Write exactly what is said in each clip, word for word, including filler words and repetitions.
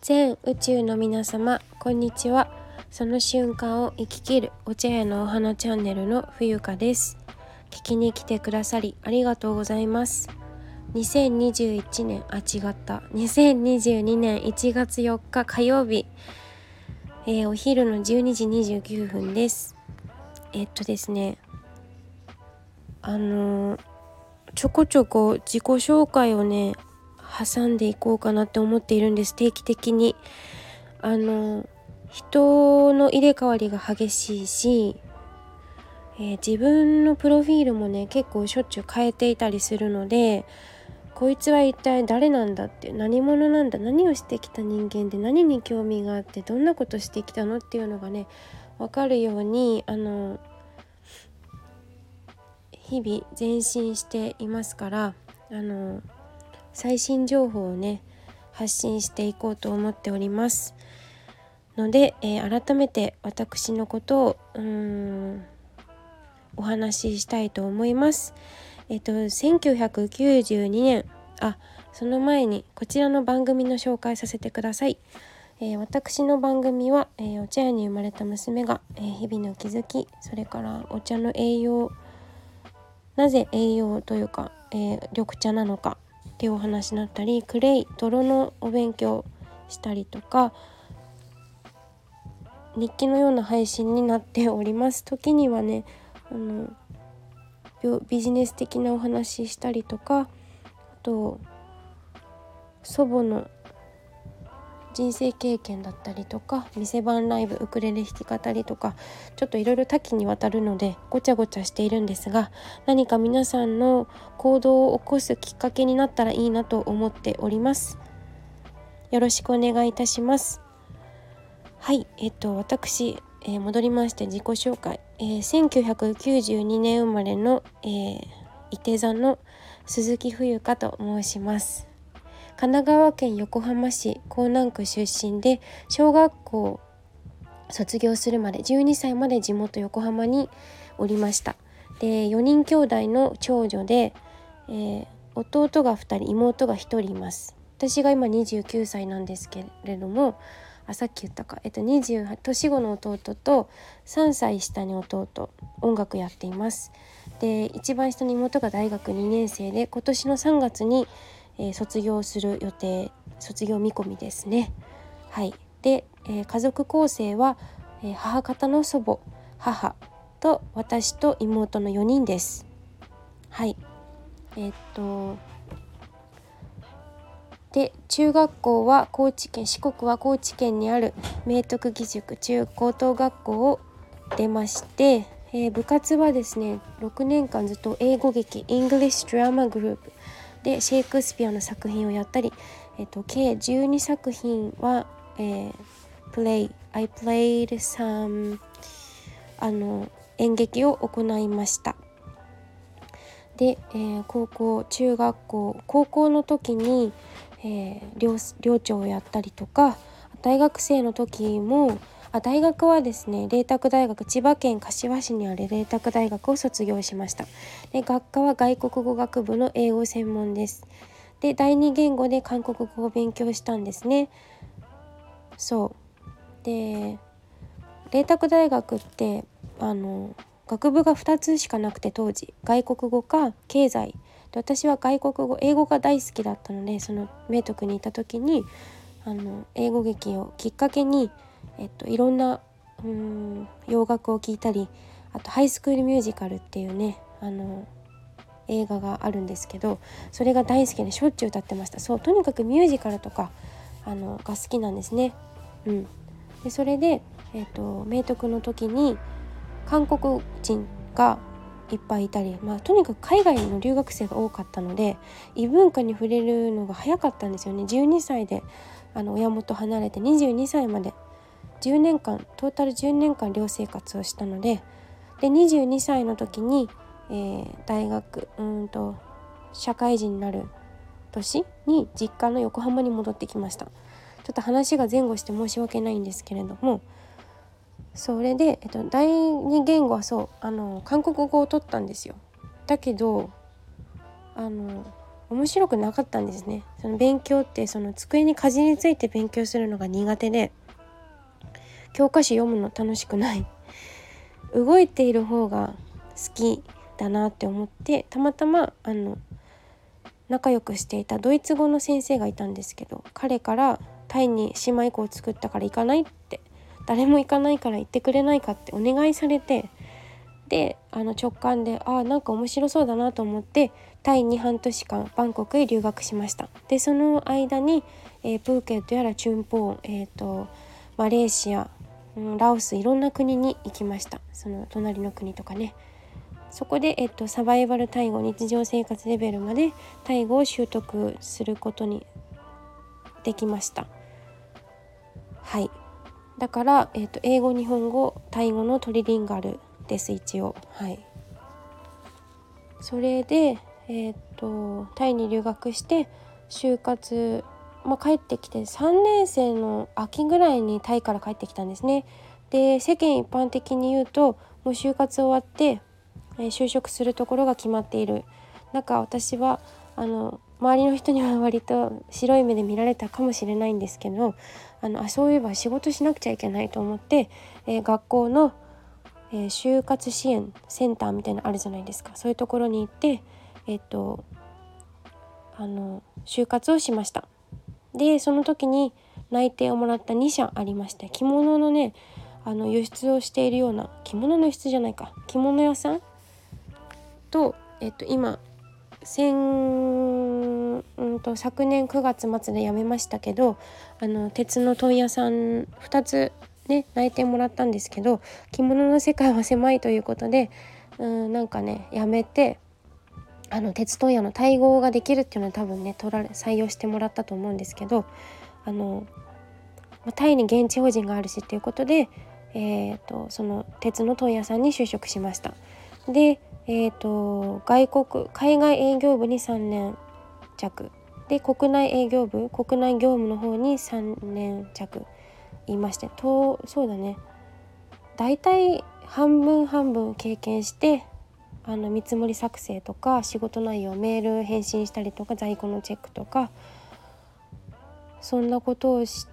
全宇宙の皆様こんにちは。その瞬間を生き切るお茶屋のお花チャンネルの冬香です。聞きに来てくださりありがとうございます。にせんにじゅういちねんあ違ったにせんにじゅうにねんいちがつよっか火曜日、えー、お昼のじゅうにじにじゅうきゅうふんです。えっとですねあのー、ちょこちょこ自己紹介をね挟んでいこうかなって思っているんです。定期的にあの人の入れ替わりが激しいし、えー、自分のプロフィールもね結構しょっちゅう変えていたりするので、こいつは一体誰なんだって、何者なんだ、何をしてきた人間で何に興味があってどんなことしてきたのっていうのがね分かるようにあの日々前進していますから、あの最新情報をね発信していこうと思っておりますので、えー、改めて私のことをうーんお話ししたいと思います。えっとせんきゅうひゃくきゅうじゅうにねん、あその前にこちらの番組の紹介させてください。えー、私の番組は、えー、お茶屋に生まれた娘が、えー、日々の気づき、それからお茶の栄養、なぜ栄養というか、えー、緑茶なのかっていうお話になったり、クレイ泥のお勉強したりとか、日記のような配信になっております。時にはねあのビジネス的なお話ししたりとか、あと祖母の人生経験だったりとか、店番ライブ、ウクレレ弾き語りとか、ちょっといろいろ多岐にわたるのでごちゃごちゃしているんですが、何か皆さんの行動を起こすきっかけになったらいいなと思っております。よろしくお願いいたします。はい、えっと私、えー、戻りまして自己紹介、えー、せんきゅうひゃくきゅうじゅうにねん生まれの、えー、伊手座の鈴木冬香と申します。神奈川県横浜市港南区出身で、小学校卒業するまでじゅうにさいまで地元横浜におりました。でよにん兄弟の長女で、えー、弟がふたり妹がひとりいます。私が今にじゅうきゅうさいなんですけれども、あさっき言ったか、えっと、にじゅう年後の弟とさんさい下に弟、音楽やっています。で一番下の妹が大学にねん生で、今年のさんがつにえー、卒業する予定、卒業見込みですね。はい。で、えー、家族構成は、えー、母方の祖母、母と私と妹のよにんです。はい。えー、っとで中学校は高知県、四国は高知県にある明徳義塾中高等学校を出まして、えー、部活はですねろくねんかんずっと英語劇 English Drama Groupでシェイクスピアの作品をやったり、えっと、計じゅうにさく品は、えー、play I played some あの演劇を行いました。で、えー、高校中学校高校の時に、えー、寮、寮長をやったりとか、大学生の時もあ大学はですね麗澤大学、千葉県柏市にある麗澤大学を卒業しました。で学科は外国語学部の英語専門です。で第二言語で韓国語を勉強したんですね。そうで麗澤大学ってあの学部がふたつしかなくて、当時外国語か経済で、私は外国語英語が大好きだったので、その明徳にいた時にあの英語劇をきっかけに、えっと、いろんなうーん洋楽を聴いたり、あとハイスクールミュージカルっていうねあの映画があるんですけど、それが大好きでしょっちゅう歌ってました。そうとにかくミュージカルとかあのが好きなんですね。うんでそれで、えっと、明徳の時に韓国人がいっぱいいたり、まあ、とにかく海外の留学生が多かったので異文化に触れるのが早かったんですよね。じゅうにさいであの親元離れてにじゅうにさいまでじゅうねんかんトータルじゅうねんかん寮生活をしたので、でにじゅうにさいの時に、えー、大学うんと社会人になる年に実家の横浜に戻ってきました。ちょっと話が前後して申し訳ないんですけれども、それで、えっと、第二言語はそうあの韓国語を取ったんですよ。だけどあの面白くなかったんですね。その勉強ってその机にかじりついて勉強するのが苦手で、教科書読むの楽しくない動いている方が好きだなって思って、たまたまあの仲良くしていたドイツ語の先生がいたんですけど、彼からタイに姉妹校を作ったから行かないって、誰も行かないから行ってくれないかってお願いされて、であの直感であなんか面白そうだなと思ってタイに半年間バンコクへ留学しました。でその間に、えー、プーケットやらチュンポーン、えーと、マレーシア、うん、ラオス、いろんな国に行きました。その隣の国とかね。そこで、えっと、サバイバルタイ語、日常生活レベルまでタイ語を習得することにできました。はい。だから、えっと、英語、日本語、タイ語のトリリンガルです一応。はい。それで、えっと、タイに留学して就活、まあ、帰ってきてさんねん生の秋ぐらいにタイから帰ってきたんですね。で世間一般的に言うともう就活終わって就職するところが決まっている中、私はあの周りの人には割と白い目で見られたかもしれないんですけど、あのあそういえば仕事しなくちゃいけないと思って、えー、学校の、えー、就活支援センターみたいなのあるじゃないですか。そういうところに行ってえっとあの就活をしました。でその時に内定をもらったに社ありまして、着物のねあの輸出をしているような、着物の輸出じゃないか着物屋さんと、えっと、今先、うんと昨年くがつ末で辞めましたけど、あの鉄の問屋さんふたつね内定もらったんですけど、着物の世界は狭いということで、うんなんかね辞めて、あの鉄問屋のタイ語ができるっていうのは多分ね取られ採用してもらったと思うんですけど、あのタイに現地法人があるしっていうことで、えー、とその鉄の問屋さんに就職しました。でえー、と外国海外営業部にさんねん弱で、国内営業部国内業務の方にさんねん弱いまして、とそうだねだいたい半分半分経験して、あの見積もり作成とか仕事内容メール返信したりとか在庫のチェックとかそんなことをして、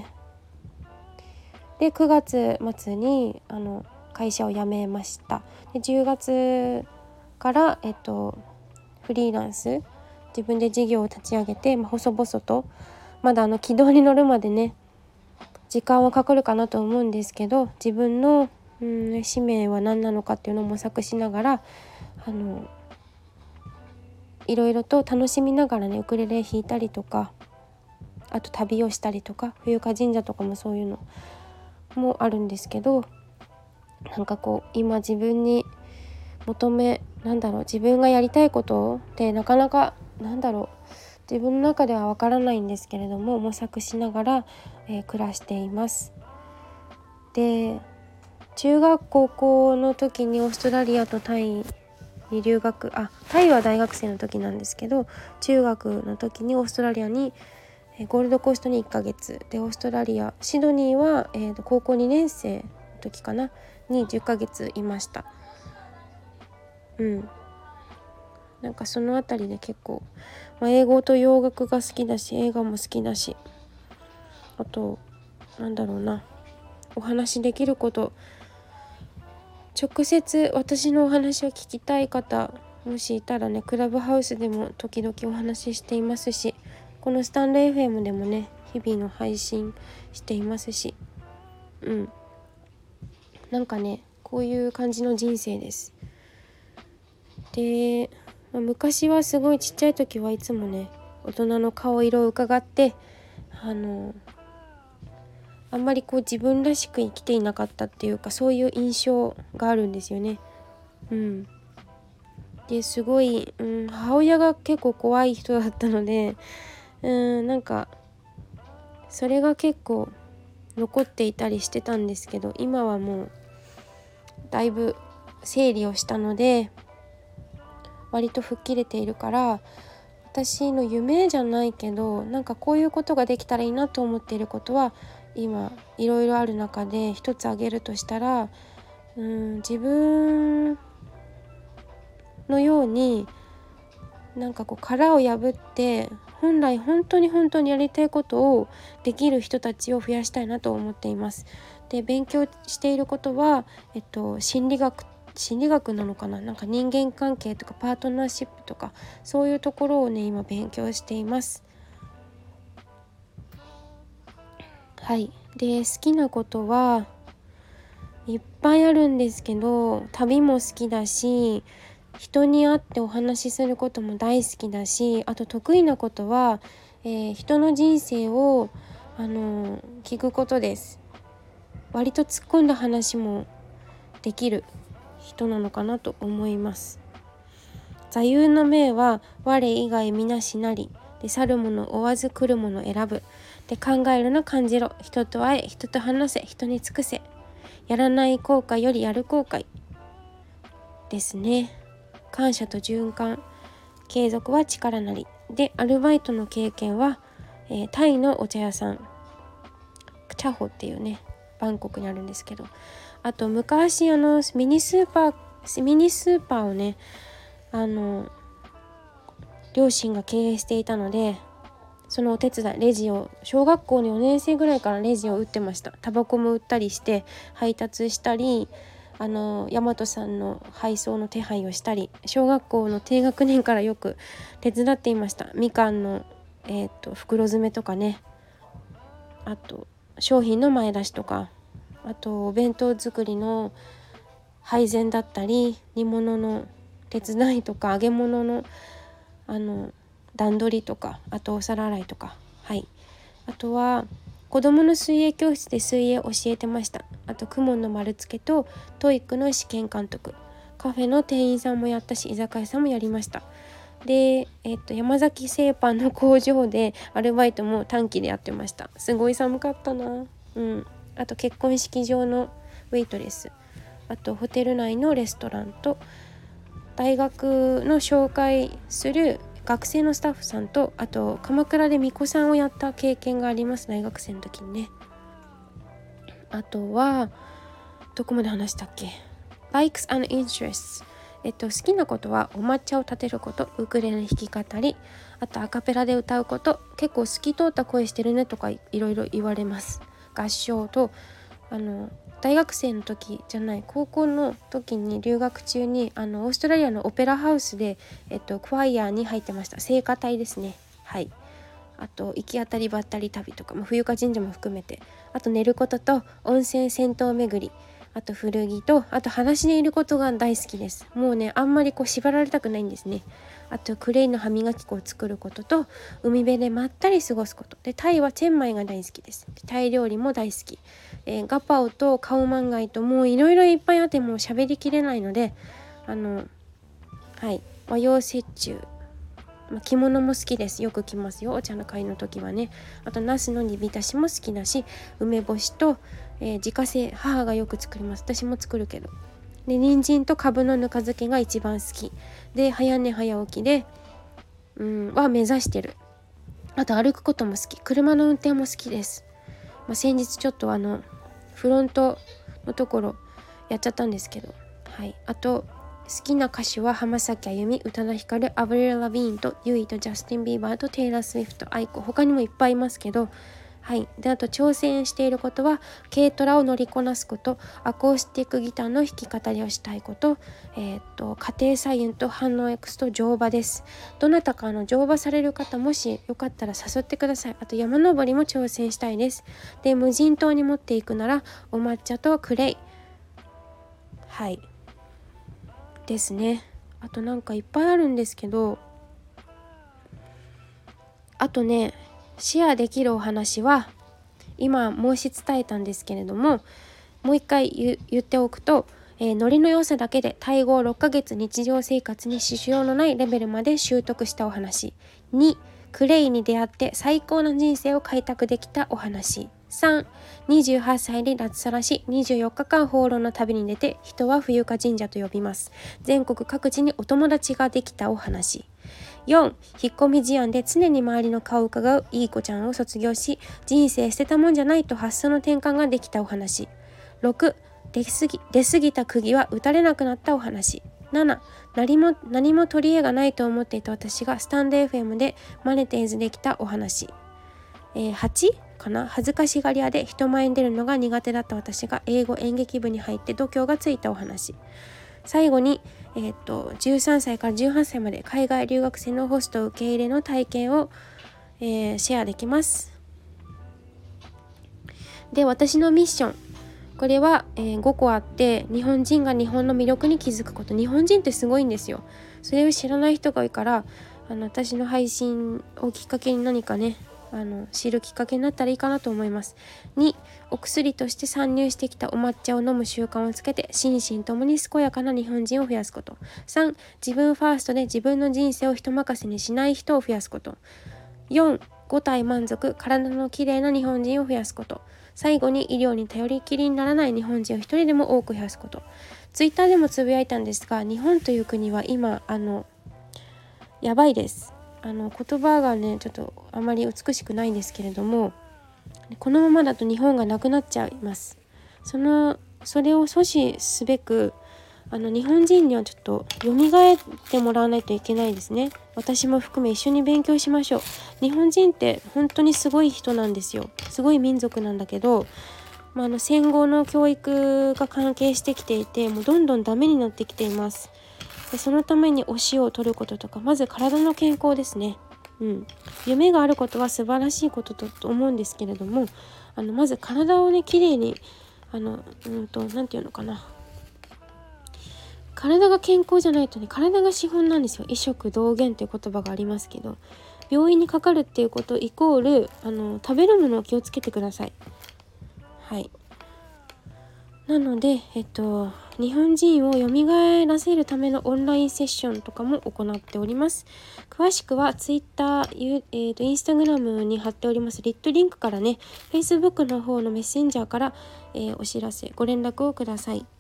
でくがつ末にあの会社を辞めました。でじゅうがつから、えっと、フリーランス自分で事業を立ち上げて、まあ、細々とまだあの軌道に乗るまでね時間はかかるかなと思うんですけど、自分の、うん、使命は何なのかっていうのを模索しながら、あのいろいろと楽しみながらねウクレレ弾いたりとか、あと旅をしたりとか、冬香神社とかもそういうのもあるんですけど、なんかこう今自分に求めなんだろう自分がやりたいことってなかなかなんだろう自分の中ではわからないんですけれども、模索しながら、えー、暮らしています。で中学高校の時にオーストラリアとタイに留学、あタイは大学生の時なんですけど、中学の時にオーストラリアにゴールドコーストにいっかげつで、オーストラリアシドニーは、えー、と高校にねん生の時かなにじゅっかげついました。うんなんかそのあたりで結構、まあ、英語と洋楽が好きだし映画も好きだし、あとなんだろうなお話できること、直接私のお話を聞きたい方もしいたらねクラブハウスでも時々お話ししていますし、このスタンド エフエム でもね日々の配信していますし、うんなんかねこういう感じの人生です。で、まあ、昔はすごいちっちゃい時はいつもね大人の顔色を伺ってあのあんまりこう自分らしく生きていなかったっていうか、そういう印象があるんですよね。うんですごい、うん、母親が結構怖い人だったので、うんなんかそれが結構残っていたりしてたんですけど、今はもうだいぶ整理をしたので割と吹っ切れているから、私の夢じゃないけどなんかこういうことができたらいいなと思っていることは今いろいろある中で一つ挙げるとしたら、うん自分のようになんかこう殻を破って本来本当に本当にやりたいことをできる人たちを増やしたいなと思っています。で勉強していることは、えっと、心理学心理学なのかな、なんか人間関係とかパートナーシップとかそういうところをね今勉強しています。はい。で好きなことはいっぱいあるんですけど、旅も好きだし、人に会ってお話しすることも大好きだし、あと得意なことは、えー人の人生をあのー聞くことです。割と突っ込んだ話もできる人なのかなと思います。座右の銘は我以外皆しなりで、去るもの追わず来るもの選ぶで、考えるな感じろ、人と会え人と話せ人に尽くせ、やらない後悔よりやる後悔ですね。感謝と循環、継続は力なりで、アルバイトの経験は、えータイのお茶屋さんチャホっていうねバンコクにあるんですけど、あと昔あのミニスーパーミニスーパーをねあの両親が経営していたので、そのお手伝いレジを小学校のよねん生ぐらいからレジを打ってました。タバコも売ったりして配達したり、あの大和さんの配送の手配をしたり、小学校の低学年からよく手伝っていました。みかんの、えー、と袋詰めとかね、あと商品の前出しとか、あとお弁当作りの配膳だったり、煮物の手伝いとか、揚げ物のあの段取りとか、あとお皿洗いとか、はい。あとは子どもの水泳教室で水泳教えてました。あと公文の丸付けとトイックの試験監督、カフェの店員さんもやったし、居酒屋さんもやりました。で、えっと、山崎製パンの工場でアルバイトも短期でやってました。すごい寒かったな。うん。あと結婚式場のウェイトレス、あとホテル内のレストランと大学の紹介する学生のスタッフさんと、あと鎌倉で巫女さんをやった経験があります。大学生の時にね。あとはどこまで話したっけ。 Likes and interests、えっと、好きなことはお抹茶を立てること、ウクレレ弾き語り、あとアカペラで歌うこと。結構透き通った声してるねとかいろいろ言われます。合唱と、あの大学生の時じゃない高校の時に留学中にあのオーストラリアのオペラハウスで、えっと、クワイヤーに入ってました。聖歌隊ですね。はい。あと行き当たりばったり旅とか、まあ、冬香神社も含めて、あと寝ることと温泉銭湯巡り、あと古着と、あと裸足でいることが大好きです。もうねあんまりこう縛られたくないんですね。あとクレイの歯磨き粉を作ることと、海辺でまったり過ごすことで、タイはチェンマイが大好きです。タイ料理も大好き、えー、ガパオとカオマンガイと、もういろいろいっぱいあってもう喋りきれないので、あのはい和洋折衷、まあ、着物も好きです。よく着ますよ、お茶の会の時はね。あとナスの煮浸しも好きだし、梅干しと、えー、自家製母がよく作ります。私も作るけど、で人参とカブのぬか漬けが一番好きで、早寝早起きでうんは目指してる。あと歩くことも好き、車の運転も好きです。まあ、先日ちょっとあのフロントのところやっちゃったんですけど、はい。あと好きな歌手は浜崎あゆみ、宇多田ヒカル、アブリル・ラビーンとユイとジャスティン・ビーバーとテイラー・スウィフト、アイコ、他にもいっぱいいますけど、はい。であと挑戦していることは軽トラを乗りこなすこと、アコースティックギターの弾き語りをしたいこと、えー、っと家庭菜園と反応 X と乗馬です。どなたかあの乗馬される方、もしよかったら誘ってください。あと山登りも挑戦したいです。で無人島に持っていくならお抹茶とクレイ、はいですね。あとなんかいっぱいあるんですけど、あとねシェアできるお話は今申し伝えたんですけれども、もう一回 言, 言っておくと、えー、ノリの良さだけでタイ語をろっかげつ日常生活に支障のないレベルまで習得したお話。にクレイに出会って最高な人生を開拓できたお話。さん にじゅうはっさいで脱サラしにじゅうよっかかん放浪の旅に出て、人は冬香神社と呼びます。全国各地にお友達ができたお話。よん引っ込み思案で常に周りの顔を伺ういい子ちゃんを卒業し、人生捨てたもんじゃないと発想の転換ができたお話。ろく出過ぎ、出過ぎた釘は打たれなくなったお話。 なな、何も何も取り柄がないと思っていた私がスタンド エフエム でマネテーズできたお話。えー、はちかな、恥ずかしがり屋で人前に出るのが苦手だった私が英語演劇部に入って度胸がついたお話。最後に、えー、っとじゅうさんさいからじゅうはっさいまで海外留学生のホスト受け入れの体験を、えー、シェアできます。で、私のミッション、これは、えー、ごこあって、日本人が日本の魅力に気づくこと。日本人ってすごいんですよ。それを知らない人が多いから、あの私の配信をきっかけに何かね、あの知るきっかけになったらいいかなと思います。に、お薬として参入してきたお抹茶を飲む習慣をつけて心身ともに健やかな日本人を増やすこと。さん、自分ファーストで自分の人生を人任せにしない人を増やすこと。よん、五体満足、体のきれいな日本人を増やすこと。最後に、医療に頼りきりにならない日本人を一人でも多く増やすこと。ツイッターでもつぶやいたんですが、日本という国は今あのやばいです。あの言葉がねちょっとあまり美しくないんですけれども、このままだと日本がなくなっちゃいます。そのそれを阻止すべく、あの日本人にはちょっと蘇ってもらわないといけないですね。私も含め一緒に勉強しましょう。日本人って本当にすごい人なんですよ。すごい民族なんだけど、まあ、あの戦後の教育が関係してきていて、もうどんどんダメになってきています。でそのためにお塩を取ることとか、まず体の健康ですね。うん、夢があることは素晴らしいことと思うんですけれども、あのまず体をねきれいに、あのうんとなんていうのかな、体が健康じゃないとね、体が資本なんですよ。医食同源という言葉がありますけど、病院にかかるっていうことイコール、あの食べるものを気をつけてください。はい。なので、えっと、日本人を蘇らせるためのオンラインセッションとかも行っております。詳しくは Twitter、えーと、Instagram に貼っておりますリットリンクからね、Facebook の方のメッセンジャーから、えー、お知らせ、ご連絡をください。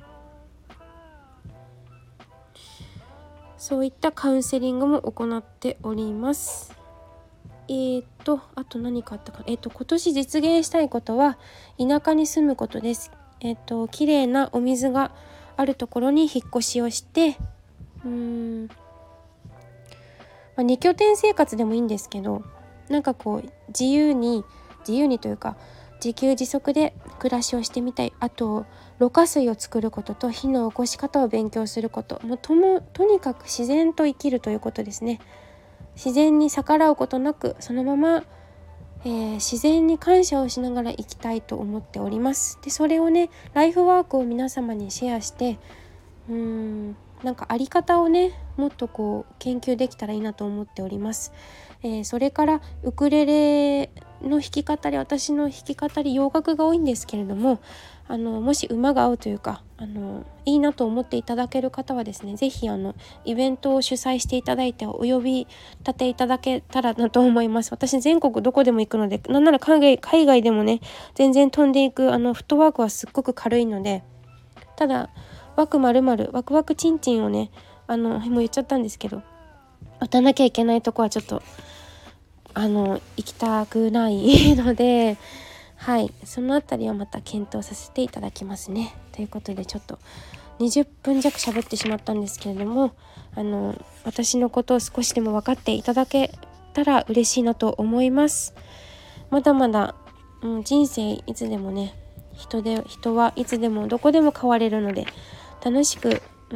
そういったカウンセリングも行っております。えーと、あと何かあったかな。えーと、今年実現したいことは田舎に住むことです。えっと、綺麗なお水があるところに引っ越しをして、うーん、まあ、に拠点生活でもいいんですけど、なんかこう自由に自由にというか自給自足で暮らしをしてみたい。あとろ過水を作ることと火の起こし方を勉強すること、もうともとにかく自然と生きるということですね。自然に逆らうことなく、そのままえー、自然に感謝をしながら生きたいと思っております。でそれをね、ライフワークを皆様にシェアして、うーんなんかあり方をねもっとこう研究できたらいいなと思っております。えー、それからウクレレの弾き語り、私の弾き語り洋楽が多いんですけれども、あのもし馬が合うというか、あのいいなと思っていただける方はですね、ぜひあのイベントを主催していただいてお呼び立ていただけたらなと思います。私全国どこでも行くので、なんなら海外、海外でもね全然飛んでいく、あのフットワークはすっごく軽いので、ただワクまるまるワクワクチンチンをね、あのもう言っちゃったんですけど、打たなきゃいけないとこはちょっとあの行きたくないので、はい、そのあたりはまた検討させていただきますね。ということで、ちょっとにじゅっぷん弱喋ってしまったんですけれども、あの私のことを少しでも分かっていただけたら嬉しいなと思います。まだまだ、うん、人生いつでもね、人で人はいつでもどこでも変われるので、楽しく、うん、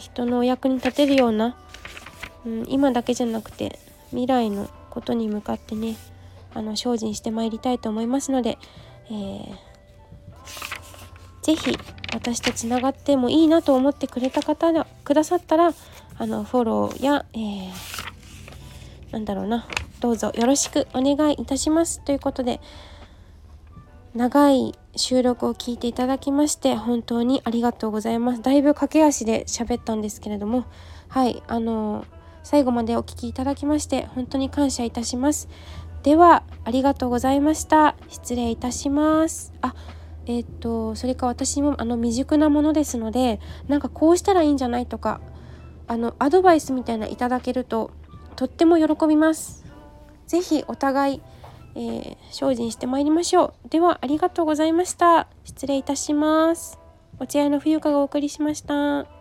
人のお役に立てるような、うん、今だけじゃなくて未来のことに向かってね、あの精進してまいりたいと思いますので、えー、ぜひ私とつながってもいいなと思ってくれた方がくださったら、あのフォローや、えー、なんだろうなどうぞよろしくお願いいたしますということで、長い収録を聞いていただきまして本当にありがとうございます。だいぶ駆け足で喋ったんですけれども、はいあの最後までお聞きいただきまして本当に感謝いたします。ではありがとうございました。失礼いたします。あえっとそれか私もあの未熟なものですので、なんかこうしたらいいんじゃないとか、あのアドバイスみたいないただけるととっても喜びます。ぜひお互い、えー、精進してまいりましょう。ではありがとうございました。失礼いたします。お茶屋の冬香がお送りしました。